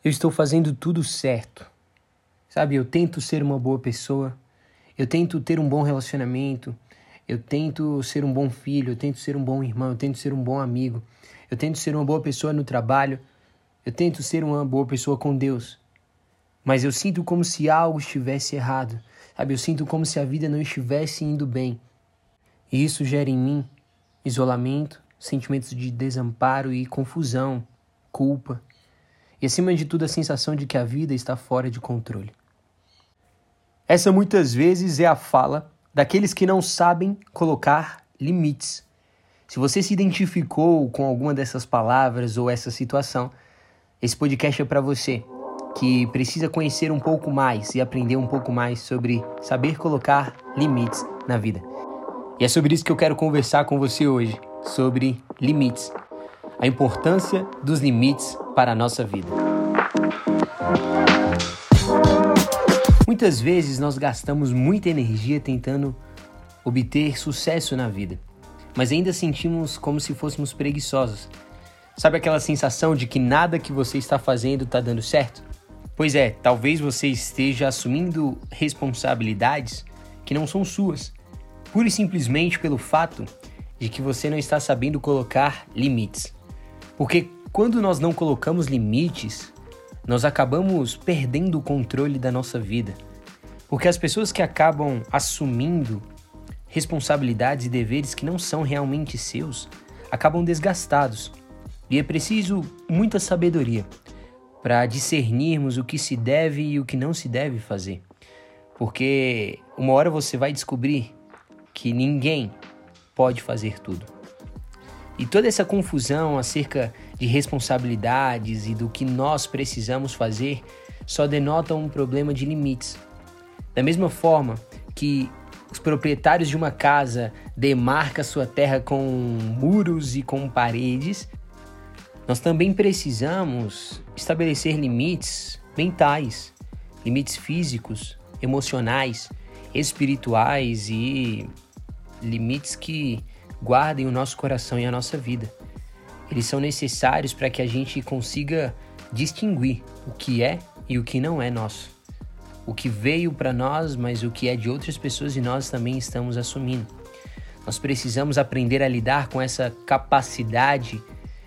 eu estou fazendo tudo certo. Sabe, eu tento ser uma boa pessoa, eu tento ter um bom relacionamento, eu tento ser um bom filho, eu tento ser um bom irmão, eu tento ser um bom amigo, eu tento ser uma boa pessoa no trabalho, eu tento ser uma boa pessoa com Deus. Mas eu sinto como se algo estivesse errado, sabe? Eu sinto como se a vida não estivesse indo bem. E isso gera em mim isolamento, sentimentos de desamparo e confusão, culpa. E acima de tudo a sensação de que a vida está fora de controle. Essa muitas vezes é a fala daqueles que não sabem colocar limites. Se você se identificou com alguma dessas palavras ou essa situação, esse podcast é para você, que precisa conhecer um pouco mais e aprender um pouco mais sobre saber colocar limites na vida. E é sobre isso que eu quero conversar com você hoje, sobre limites. A importância dos limites para a nossa vida. Muitas vezes nós gastamos muita energia tentando obter sucesso na vida, mas ainda sentimos como se fôssemos preguiçosos. Sabe aquela sensação de que nada que você está fazendo está dando certo? Pois é, talvez você esteja assumindo responsabilidades que não são suas, pura e simplesmente pelo fato de que você não está sabendo colocar limites. Porque quando nós não colocamos limites, nós acabamos perdendo o controle da nossa vida. Porque as pessoas que acabam assumindo responsabilidades e deveres que não são realmente seus, acabam desgastados. E é preciso muita sabedoria para discernirmos o que se deve e o que não se deve fazer. Porque uma hora você vai descobrir que ninguém pode fazer tudo. E toda essa confusão acerca de responsabilidades e do que nós precisamos fazer só denota um problema de limites. Da mesma forma que os proprietários de uma casa demarcam sua terra com muros e com paredes, nós também precisamos estabelecer limites mentais, limites físicos, emocionais, espirituais e limites que guardem o nosso coração e a nossa vida. Eles são necessários para que a gente consiga distinguir o que é e o que não é nosso. O que veio para nós, mas o que é de outras pessoas e nós também estamos assumindo. Nós precisamos aprender a lidar com essa capacidade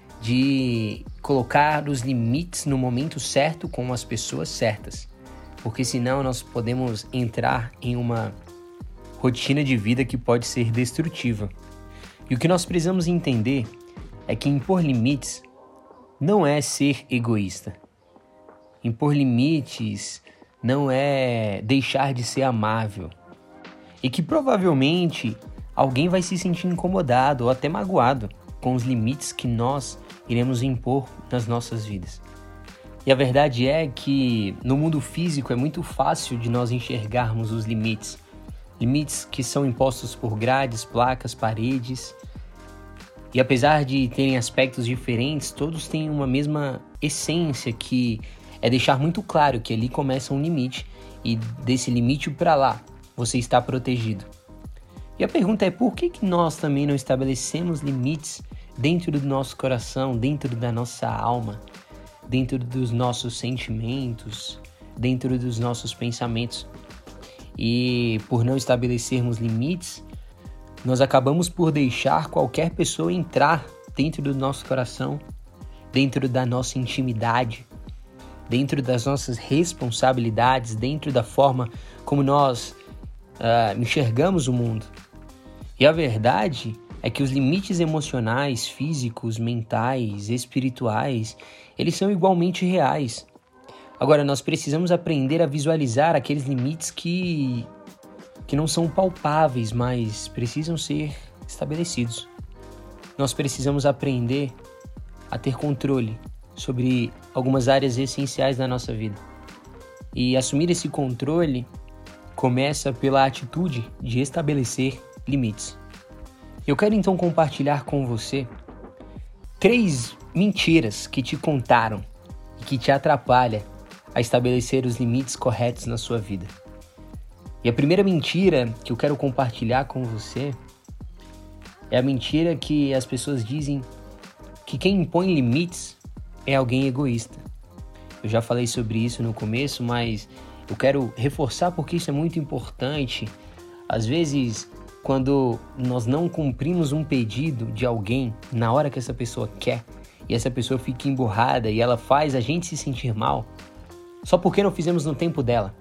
de colocar os limites no momento certo com as pessoas certas. Porque senão nós podemos entrar em uma rotina de vida que pode ser destrutiva. E o que nós precisamos entender é que impor limites não é ser egoísta. Impor limites não é deixar de ser amável. E que provavelmente alguém vai se sentir incomodado ou até magoado com os limites que nós iremos impor nas nossas vidas. E a verdade é que no mundo físico é muito fácil de nós enxergarmos os limites. Limites que são impostos por grades, placas, paredes. E apesar de terem aspectos diferentes, todos têm uma mesma essência, que é deixar muito claro que ali começa um limite e desse limite para lá você está protegido. E a pergunta é por que nós também não estabelecemos limites dentro do nosso coração, dentro da nossa alma, dentro dos nossos sentimentos, dentro dos nossos pensamentos? E por não estabelecermos limites, nós acabamos por deixar qualquer pessoa entrar dentro do nosso coração, dentro da nossa intimidade, dentro das nossas responsabilidades, dentro da forma como nós enxergamos o mundo. E a verdade é que os limites emocionais, físicos, mentais, espirituais, eles são igualmente reais. Agora, nós precisamos aprender a visualizar aqueles limites que não são palpáveis, mas precisam ser estabelecidos. Nós precisamos aprender a ter controle sobre algumas áreas essenciais da nossa vida. E assumir esse controle começa pela atitude de estabelecer limites. Eu quero então compartilhar com você 3 mentiras que te contaram e que te atrapalham a estabelecer os limites corretos na sua vida. E a primeira mentira que eu quero compartilhar com você é a mentira que as pessoas dizem que quem impõe limites é alguém egoísta. Eu já falei sobre isso no começo, mas eu quero reforçar porque isso é muito importante. Às vezes, quando nós não cumprimos um pedido de alguém na hora que essa pessoa quer, e essa pessoa fica emburrada e ela faz a gente se sentir mal, só porque não fizemos no tempo dela.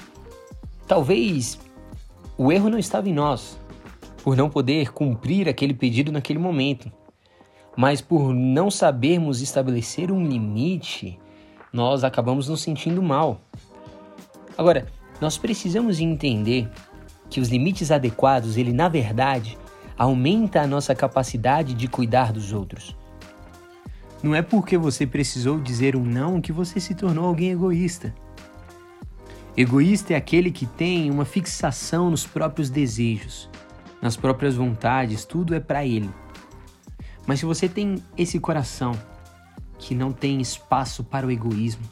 Talvez o erro não estava em nós, por não poder cumprir aquele pedido naquele momento, mas por não sabermos estabelecer um limite, nós acabamos nos sentindo mal. Agora, nós precisamos entender que os limites adequados, ele na verdade, aumenta a nossa capacidade de cuidar dos outros. Não é porque você precisou dizer um não que você se tornou alguém egoísta. Egoísta é aquele que tem uma fixação nos próprios desejos, nas próprias vontades, tudo é para ele. Mas se você tem esse coração que não tem espaço para o egoísmo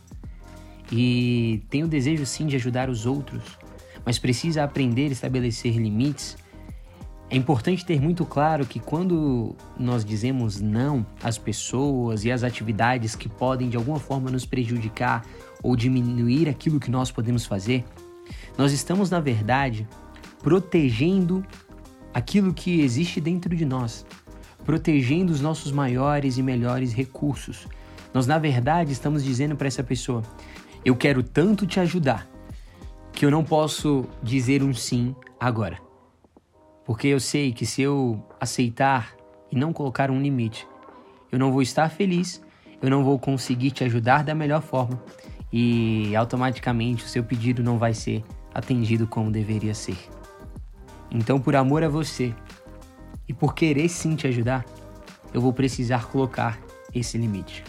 e tem o desejo sim de ajudar os outros, mas precisa aprender a estabelecer limites, é importante ter muito claro que quando nós dizemos não às pessoas e às atividades que podem de alguma forma nos prejudicar ou diminuir aquilo que nós podemos fazer, nós estamos, na verdade, protegendo aquilo que existe dentro de nós, protegendo os nossos maiores e melhores recursos. Nós, na verdade, estamos dizendo para essa pessoa: eu quero tanto te ajudar que eu não posso dizer um sim agora. Porque eu sei que se eu aceitar e não colocar um limite, eu não vou estar feliz, eu não vou conseguir te ajudar da melhor forma e automaticamente o seu pedido não vai ser atendido como deveria ser. Então, por amor a você e por querer sim te ajudar, eu vou precisar colocar esse limite.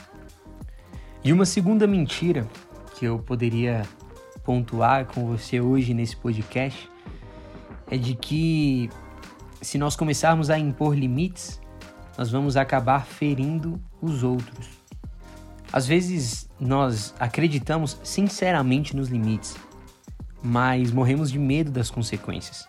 E uma segunda mentira que eu poderia pontuar com você hoje nesse podcast é de que se nós começarmos a impor limites, nós vamos acabar ferindo os outros. Às vezes nós acreditamos sinceramente nos limites, mas morremos de medo das consequências.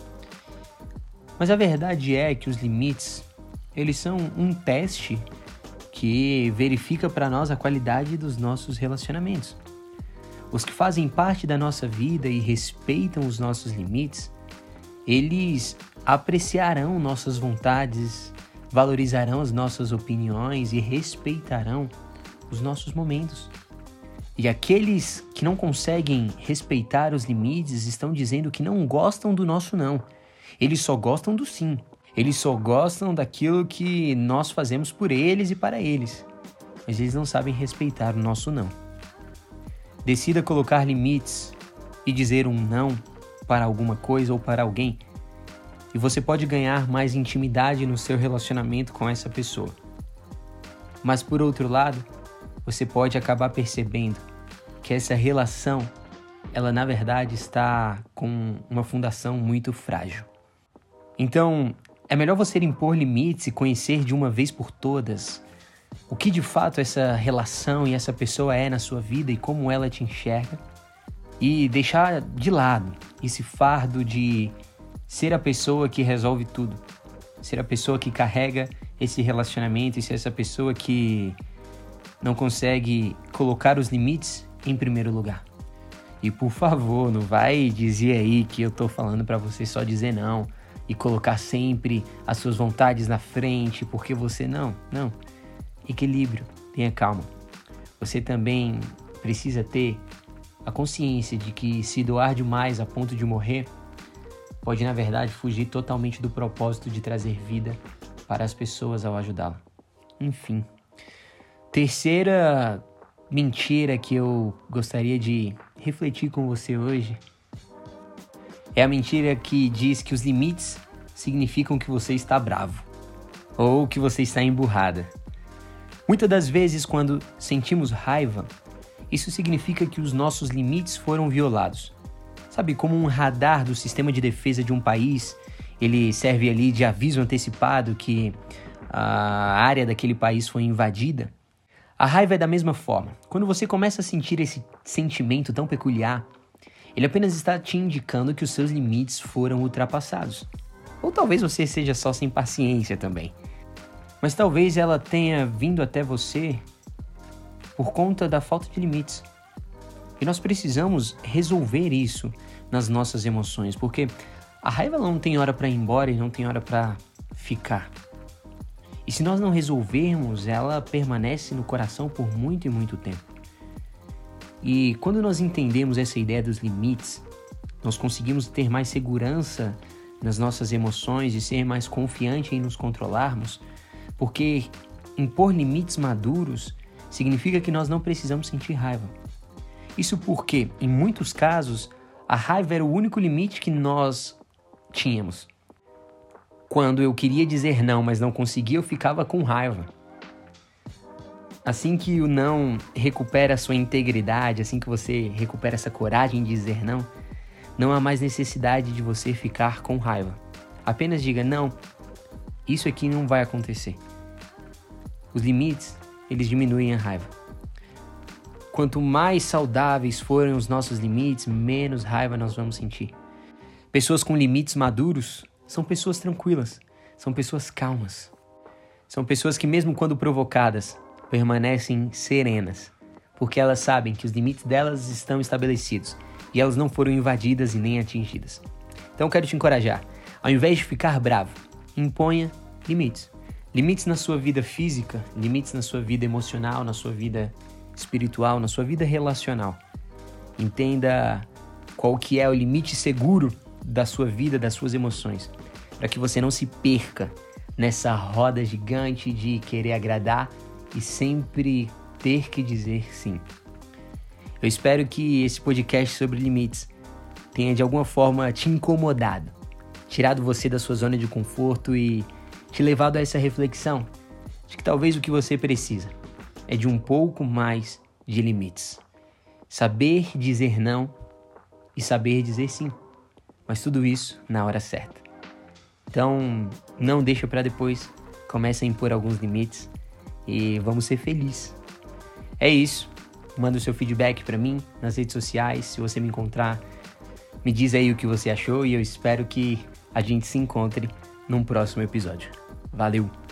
Mas a verdade é que os limites, eles são um teste que verifica para nós a qualidade dos nossos relacionamentos. Os que fazem parte da nossa vida e respeitam os nossos limites, eles apreciarão nossas vontades, valorizarão as nossas opiniões e respeitarão os nossos momentos. E aqueles que não conseguem respeitar os limites estão dizendo que não gostam do nosso não. Eles só gostam do sim. Eles só gostam daquilo que nós fazemos por eles e para eles. Mas eles não sabem respeitar o nosso não. Decida colocar limites e dizer um não para alguma coisa ou para alguém, e você pode ganhar mais intimidade no seu relacionamento com essa pessoa. Mas por outro lado, você pode acabar percebendo que essa relação, ela na verdade está com uma fundação muito frágil. Então, é melhor você impor limites e conhecer de uma vez por todas o que de fato essa relação e essa pessoa é na sua vida e como ela te enxerga, e deixar de lado esse fardo de ser a pessoa que resolve tudo, ser a pessoa que carrega esse relacionamento e ser essa pessoa que não consegue colocar os limites em primeiro lugar. E por favor, não vai dizer aí que eu tô falando para você só dizer não e colocar sempre as suas vontades na frente, porque você não. Equilíbrio, tenha calma. Você também precisa ter a consciência de que se doar demais a ponto de morrer, pode na verdade fugir totalmente do propósito de trazer vida para as pessoas ao ajudá-la. Enfim. Terceira mentira que eu gostaria de refletir com você hoje é a mentira que diz que os limites significam que você está bravo ou que você está emburrada. Muitas das vezes, quando sentimos raiva, isso significa que os nossos limites foram violados. Sabe, como um radar do sistema de defesa de um país, ele serve ali de aviso antecipado que a área daquele país foi invadida. A raiva é da mesma forma. Quando você começa a sentir esse sentimento tão peculiar, ele apenas está te indicando que os seus limites foram ultrapassados. Ou talvez você seja só sem paciência também. Mas talvez ela tenha vindo até você por conta da falta de limites. E nós precisamos resolver isso nas nossas emoções, porque a raiva não tem hora para ir embora e não tem hora para ficar. E se nós não resolvermos, ela permanece no coração por muito e muito tempo. E quando nós entendemos essa ideia dos limites, nós conseguimos ter mais segurança nas nossas emoções e ser mais confiante em nos controlarmos, porque impor limites maduros significa que nós não precisamos sentir raiva. Isso porque, em muitos casos, a raiva era o único limite que nós tínhamos. Quando eu queria dizer não, mas não conseguia, eu ficava com raiva. Assim que o não recupera a sua integridade, assim que você recupera essa coragem de dizer não, não há mais necessidade de você ficar com raiva. Apenas diga, não, isso aqui não vai acontecer. Os limites, eles diminuem a raiva. Quanto mais saudáveis forem os nossos limites, menos raiva nós vamos sentir. Pessoas com limites maduros são pessoas tranquilas, são pessoas calmas. São pessoas que mesmo quando provocadas, permanecem serenas, porque elas sabem que os limites delas estão estabelecidos e elas não foram invadidas e nem atingidas. Então eu quero te encorajar, ao invés de ficar bravo, imponha limites. Limites na sua vida física, limites na sua vida emocional, na sua vida espiritual, na sua vida relacional. Entenda qual que é o limite seguro da sua vida, das suas emoções, para que você não se perca nessa roda gigante de querer agradar e sempre ter que dizer sim. Eu espero que esse podcast sobre limites tenha de alguma forma te incomodado, tirado você da sua zona de conforto e te levado a essa reflexão de que talvez o que você precisa é de um pouco mais de limites. Saber dizer não e saber dizer sim, mas tudo isso na hora certa. Então, não deixa para depois, comece a impor alguns limites e vamos ser felizes. É isso. Manda o seu feedback para mim nas redes sociais. Se você me encontrar, me diz aí o que você achou e eu espero que a gente se encontre num próximo episódio. Valeu!